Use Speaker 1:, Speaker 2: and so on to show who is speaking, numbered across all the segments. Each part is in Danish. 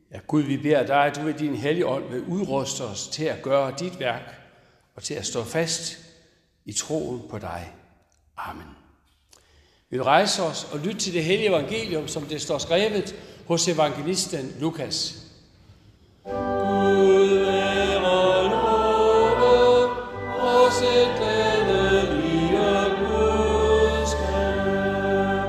Speaker 1: Ja, Gud, vi beder dig, at du ved din hellige ånd vil udruste os til at gøre dit værk og til at stå fast i troen på dig. Amen. Vi vil rejse os og lytte til det hellige evangelium, som det står skrevet hos evangelisten Lukas. Gud være lovet, også denne lille budskab.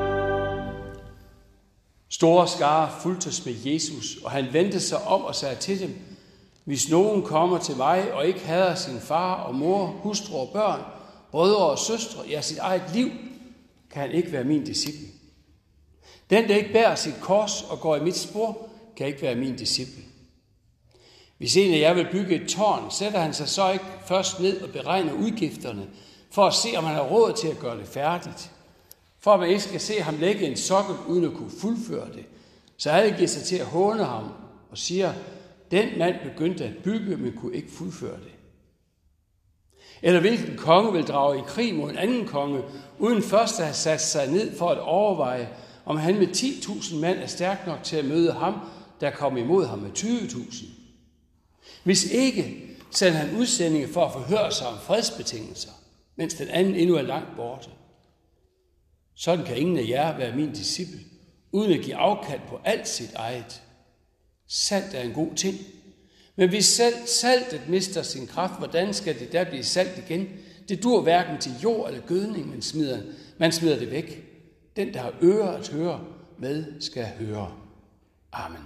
Speaker 1: Store skare fulgtes med Jesus, og han vendte sig om og sagde til dem: Hvis nogen kommer til mig og ikke hader sin far og mor, hustru og børn, brødre og søstre, ja, sit eget liv, kan han ikke være min disciple. Den, der ikke bærer sit kors og går i mit spor, kan ikke være min disciple. Hvis en af jer vil bygge et tårn, sætter han sig så ikke først ned og beregner udgifterne, for at se, om han har råd til at gøre det færdigt. For at man ikke skal se ham lægge en sokkel, uden at kunne fuldføre det. Så alle giver sig til at håne ham og siger: Den mand begyndte at bygge, men kunne ikke fuldføre det. Eller hvilken konge vil drage i krig mod en anden konge, uden først at have sat sig ned for at overveje, om han med 10.000 mand er stærk nok til at møde ham, der kom imod ham med 20.000. Hvis ikke, sender han udsendinge for at forhøre sig om fredsbetingelser, mens den anden endnu er langt borte. Sådan kan ingen af jer være min disciple, uden at give afkald på alt sit eget. Salt er en god ting, men hvis selv saltet mister sin kraft, hvordan skal det da blive salt igen? Det dur hverken til jord eller gødning, man smider det væk. Den, der har ører at høre med, skal høre. Amen.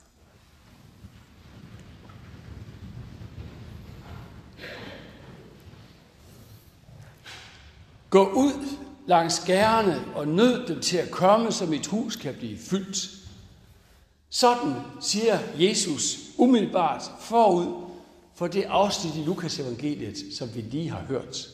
Speaker 1: Gå ud langs gærene og nød dem til at komme, så mit hus kan blive fyldt. Sådan siger Jesus umiddelbart forud for det afsnit i Lukas evangeliet, som vi lige har hørt.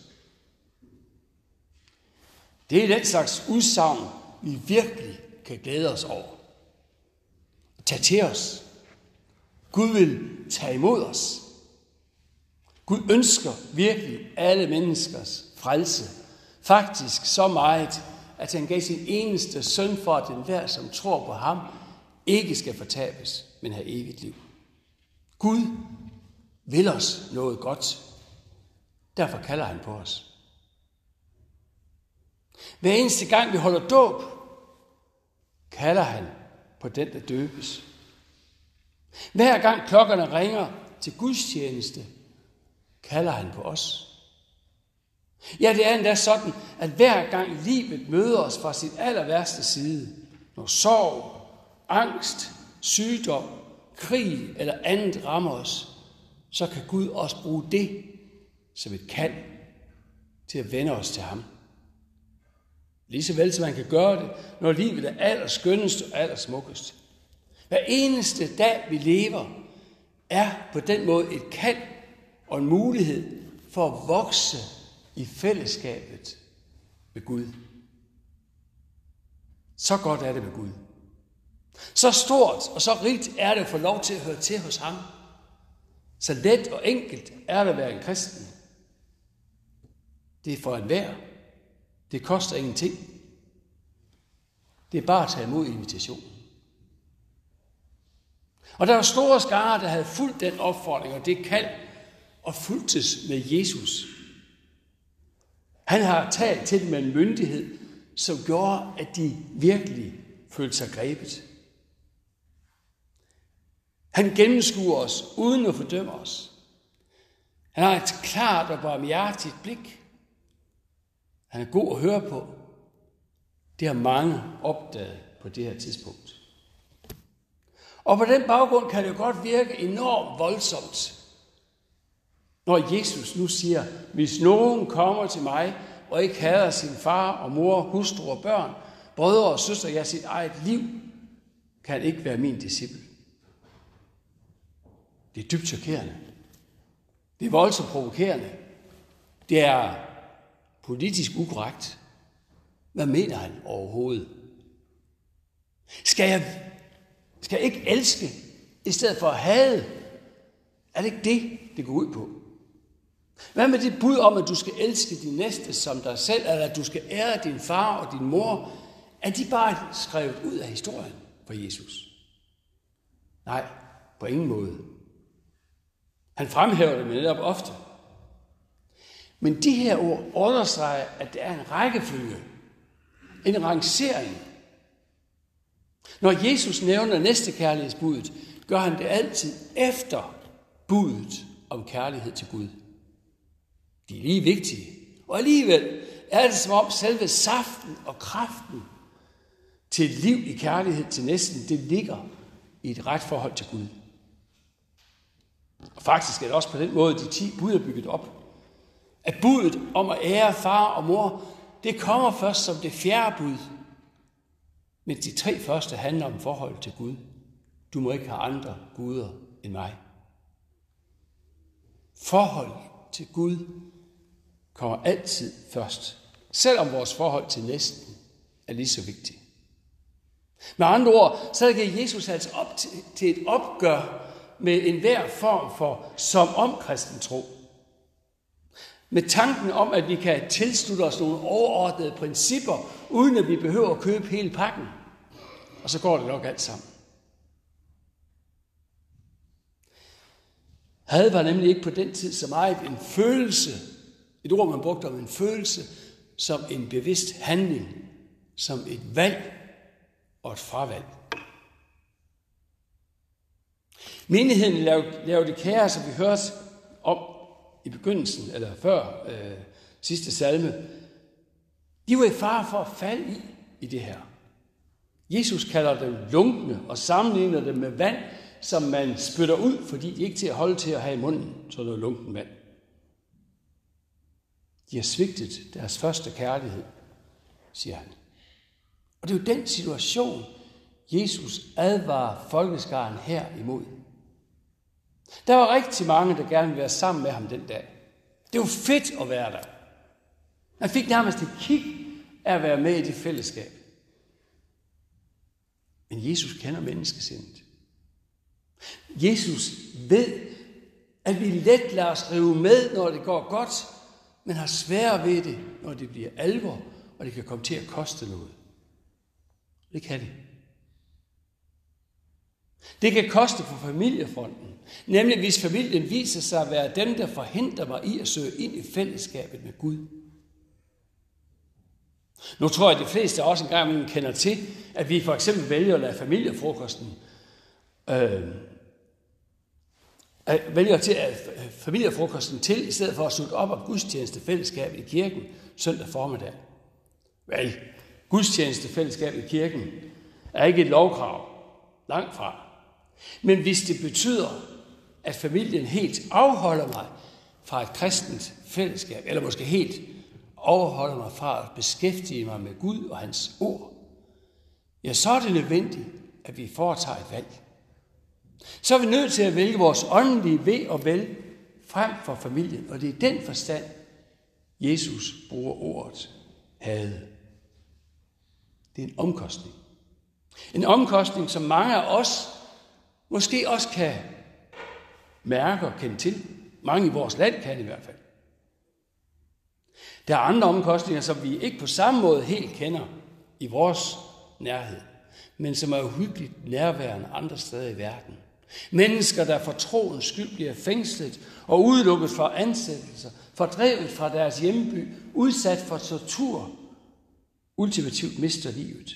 Speaker 1: Det er den slags udsagn, vi virkelig kan glæde os over. Tag til os. Gud vil tage imod os. Gud ønsker virkelig alle menneskers frelse. Faktisk så meget, at han gav sin eneste søn for, at enhver, som tror på ham, ikke skal fortabes, men have evigt liv. Gud vil os noget godt. Derfor kalder han på os. Hver eneste gang vi holder dåb, kalder han på den, der døbes. Hver gang klokkerne ringer til gudstjeneste, kalder han på os. Ja, det er endda sådan, at hver gang livet møder os fra sin aller værste side, når sorg, angst, sygdom, krig eller andet rammer os, så kan Gud også bruge det som et kald til at vende os til ham. Ligeså vel som man kan gøre det, når livet er allerskønnest og allersmukkest. Hver eneste dag, vi lever, er på den måde et kald og en mulighed for at vokse i fællesskabet med Gud. Så godt er det med Gud. Så stort og så rigt er det at få lov til at høre til hos ham. Så let og enkelt er det at være en kristen. Det er for enhver. Det koster ingenting. Det er bare at tage imod invitationen. Og der var store skarer, der havde fulgt den opfordring og det kald og fulgtes med Jesus. Han har talt til dem med en myndighed, som gjorde, at de virkelig følte sig grebet. Han gennemskuer os uden at fordømme os. Han har et klart og barmhjertigt blik. Han er god at høre på. Det har mange opdaget på det her tidspunkt. Og på den baggrund kan det godt virke enormt voldsomt, når Jesus nu siger: Hvis nogen kommer til mig og ikke hader sin far og mor, hustru og børn, brødre og søstre, ja, sit eget liv, kan han ikke være min disciple. Det er dybt chokerende. Det er voldsomt provokerende. Det er politisk ukorrekt. Hvad mener han overhovedet? Skal jeg ikke elske i stedet for at hade? Er det ikke det, det går ud på? Hvad med det bud om, at du skal elske din næste som dig selv, eller at du skal ære din far og din mor? Er de bare skrevet ud af historien for Jesus? Nej, på ingen måde. Han fremhæver det netop ofte. Men de her ord understreger, at der er en rækkefølge, en rangering. Når Jesus nævner næstekærlighedsbudet, gør han det altid efter budet om kærlighed til Gud. De er lige vigtige. Og alligevel er det som om selve saften og kraften til et liv i kærlighed til næsten, det ligger i et ret forhold til Gud. Og faktisk er det også på den måde, de 10 bud er bygget op. At budet om at ære far og mor, det kommer først som det 4. bud. Mens de 3 første handler om forhold til Gud. Du må ikke have andre guder end mig. Forhold til Gud kommer altid først. Selvom vores forhold til næsten er lige så vigtigt. Med andre ord, så giver Jesus altså op til et opgør med enhver form for som om kristen tro. Med tanken om, at vi kan tilslutte os nogle overordnede principper, uden at vi behøver at købe hele pakken. Og så går det nok alt sammen. Had var nemlig ikke på den tid så meget en følelse, et ord man brugte om en følelse, som en bevidst handling, som et valg og et fravalg. Menigheden i Laodikea, som vi hørte om i begyndelsen, eller før sidste salme, de var i fare for at falde i det her. Jesus kalder dem lunkne og sammenligner dem med vand, som man spytter ud, fordi de ikke er til at holde til at have i munden, så noget lunken vand. De har svigtet deres første kærlighed, siger han. Og det er jo den situation, Jesus advarer folkeskaren her imod. Der var rigtig mange, der gerne ville være sammen med ham den dag. Det var fedt at være der. Man fik nærmest et kick af at være med i det fællesskab. Men Jesus kender menneskesindet. Jesus ved, at vi let lader os rive med, når det går godt, men har sværere ved det, når det bliver alvor, og det kan komme til at koste noget. Det kan det. Det kan koste på familiefronten, nemlig hvis familien viser sig at være dem, der forhindrer mig i at søge ind i fællesskabet med Gud. Nu tror jeg, at de fleste også engang kender til, at vi for eksempel vælger at lade familiefrokosten til, i stedet for at slutte op om gudstjenestefællesskabet i kirken søndag formiddag. Vel, gudstjenestefællesskabet i kirken er ikke et lovkrav, langt fra. Men hvis det betyder, at familien helt afholder mig fra et kristent fællesskab, eller måske helt afholder mig fra at beskæftige mig med Gud og hans ord, ja, så er det nødvendigt, at vi foretager et valg. Så er vi nødt til at vælge vores åndelige ved og vel frem for familien, og det er i den forstand, Jesus bruger ordet hade. Det er en omkostning. En omkostning, som mange af os måske også kan mærke og kende til. Mange i vores land kan i hvert fald. Der er andre omkostninger, som vi ikke på samme måde helt kender i vores nærhed, men som er uhyggeligt nærværende andre steder i verden. Mennesker, der for troens skyld bliver fængslet og udelukket fra ansættelser, fordrevet fra deres hjemby, udsat for tortur, ultimativt mister livet.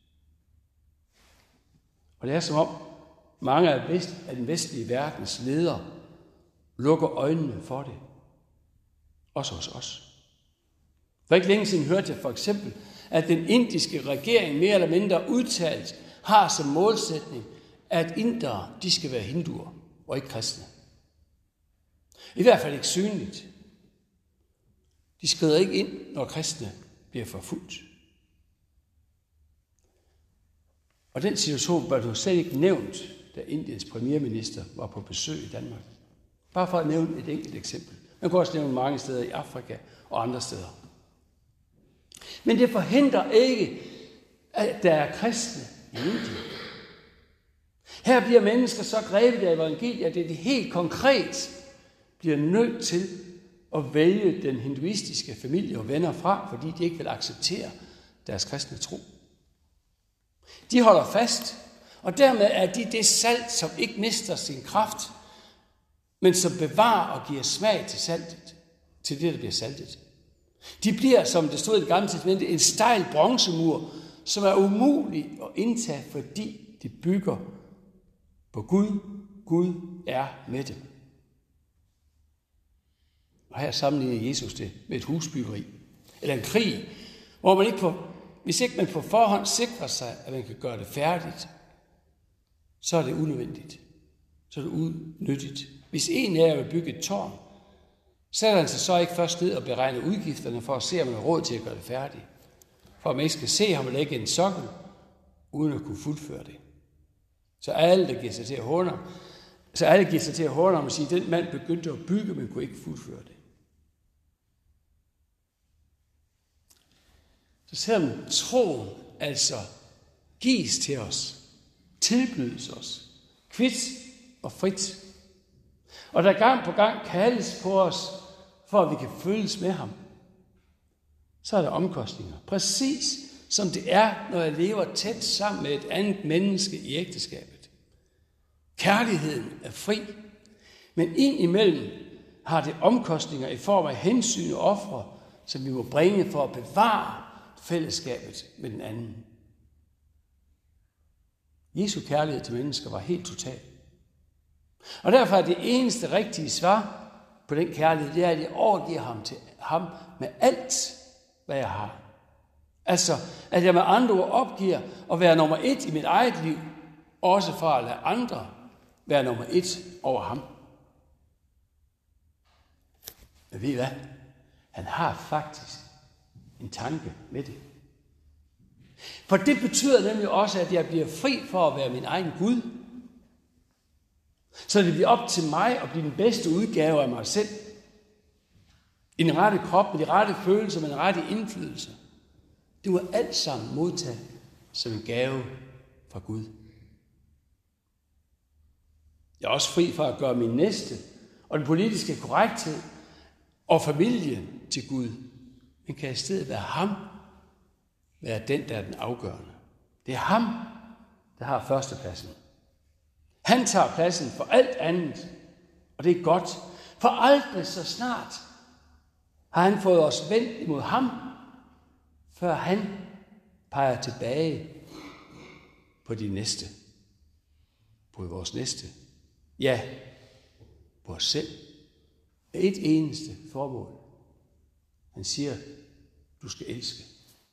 Speaker 1: Og det er som om mange af den vestlige verdens ledere lukker øjnene for det. Også hos os. For ikke længe siden hørte jeg for eksempel, at den indiske regering mere eller mindre udtalt har som målsætning, at indere, de skal være hinduer og ikke kristne. I hvert fald ikke synligt. De skrider ikke ind, når kristne bliver forfulgt. Og den situation var du slet ikke nævnt, da Indiens premierminister var på besøg i Danmark. Bare for at nævne et enkelt eksempel. Man kan også nævne mange steder i Afrika og andre steder. Men det forhindrer ikke, at der er kristne i Indien. Her bliver mennesker så grebet af evangeliet, at det helt konkret bliver nødt til at vælge den hinduistiske familie og venner fra, fordi de ikke vil acceptere deres kristne tro. De holder fast Og dermed er de det salt, som ikke mister sin kraft, men som bevarer og giver smag til saltet, til det, der bliver saltet. De bliver, som det stod i det gamle testamente, en stejl bronzemur, som er umulig at indtage, fordi de bygger på Gud. Gud er med dem. Og her sammenligner Jesus det med et husbyggeri, eller en krig, hvor man ikke hvis ikke man på forhånd sikrer sig, at man kan gøre det færdigt, så er det unødvendigt. Så er det unyttigt. Hvis en af jer vil bygge et tårn, sætter han sig så ikke først ned og beregner udgifterne for at se, om man har råd til at gøre det færdigt. For at man ikke skal se ham lægge en sokkel, uden at kunne fuldføre det. Så alle, der giver sig til at håne ham og sige, at den mand begyndte at bygge, men kunne ikke fuldføre det. Så selvom troen altså gives til os, tilbydes os, kvit og frit, og der gang på gang kaldes på os, for at vi kan følges med ham, så er der omkostninger. Præcis som det er, når jeg lever tæt sammen med et andet menneske i ægteskabet. Kærligheden er fri, men indimellem har det omkostninger i form af hensyn og ofre, som vi må bringe for at bevare fællesskabet med den anden. Jesu kærlighed til mennesker var helt total. Og derfor er det eneste rigtige svar på den kærlighed, det er, at jeg overgiver ham til ham med alt, hvad jeg har. Altså, at jeg med andre ord opgiver at være nummer 1 i mit eget liv, også for at lade andre være nummer 1 over ham. Men ved I hvad? Han har faktisk en tanke med det. For det betyder nemlig også, at jeg bliver fri for at være min egen Gud. Så det bliver op til mig at blive den bedste udgave af mig selv. I den rette krop, med de rette følelser, med den rette indflydelse. Det var alt sammen modtaget som en gave fra Gud. Jeg er også fri for at gøre min næste og den politiske korrekthed og familie til Gud. Men kan i stedet være ham, være den, der er den afgørende. Det er ham, der har førstepladsen. Han tager pladsen for alt andet, og det er godt. For aldrig så snart har han fået os vendt imod ham, før han peger tilbage på de næste. På vores næste. Ja, på os selv. Et eneste formål. Han siger, du skal elske.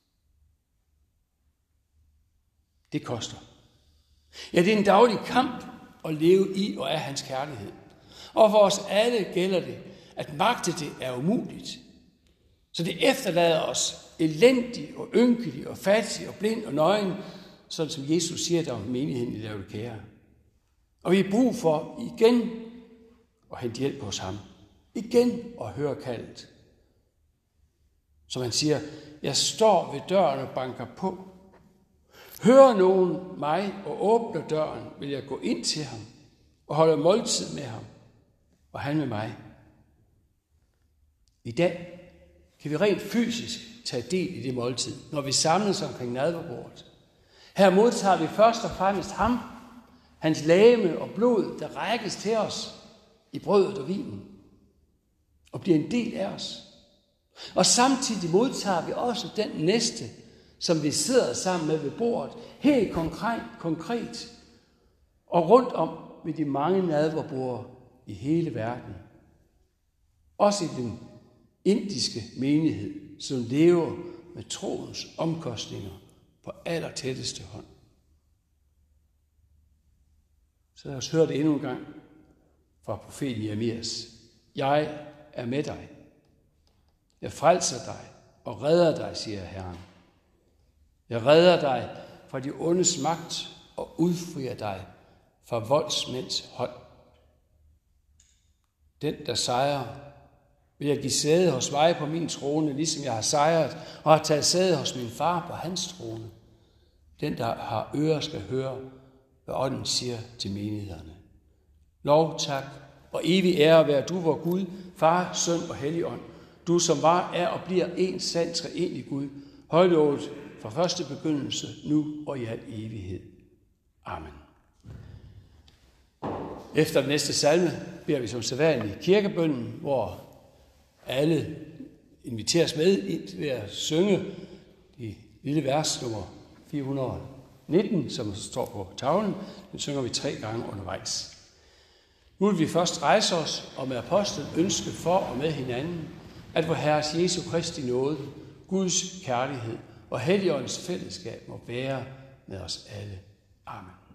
Speaker 1: Det koster. Ja, det er en daglig kamp at leve i og af hans kærlighed. Og for os alle gælder det, at magte det er umuligt. Så det efterlader os elendig og ynkelig og fattig og blind og nøgen, sådan som Jesus siger der om menigheden i Laodikea. Og vi har brug for igen at hente hjælp hos ham. Igen at høre kaldet. Som han siger, jeg står ved døren og banker på. Hører nogen mig og åbner døren, vil jeg gå ind til ham og holde måltid med ham, og han med mig. I dag kan vi rent fysisk tage del i det måltid, når vi samles omkring nadverbordet. Her modtager vi først og fremmest ham, hans legeme og blod, der rækkes til os i brødet og vinen, og bliver en del af os. Og samtidig modtager vi også den næste, som vi sidder sammen med ved bordet, helt konkret og rundt om ved de mange nadverborde i hele verden. Også i den indiske menighed, som lever med troens omkostninger på allertætteste hånd. Så lad os høre det endnu en gang fra profeten Jeremias. Jeg er med dig. Jeg frelser dig og redder dig, siger Herren. Jeg redder dig fra de ondes magt og udfrier dig fra voldsmænds hånd. Den, der sejrer, vil jeg give sæde hos mig på min trone, ligesom jeg har sejret og har taget sæde hos min far på hans trone. Den, der har ører, skal høre, hvad ånden siger til menighederne. Lov, tak og evig ære være du, vor Gud, Far, Søn og Helligånd. Du, som var, er og bliver en sand treenig Gud, højlovet fra første begyndelse, nu og i al evighed. Amen. Efter den næste salme beder vi som sædvanligt kirkebønnen, hvor alle inviteres med ind ved at synge i lille vers nummer 419, som står på tavlen. Den synger vi 3 gange undervejs. Nu vil vi først rejse os og med apostlen ønske for og med hinanden, at vor Herres Jesu Kristi nåde, Guds kærlighed og Helligåndens fællesskab må være med os alle. Amen.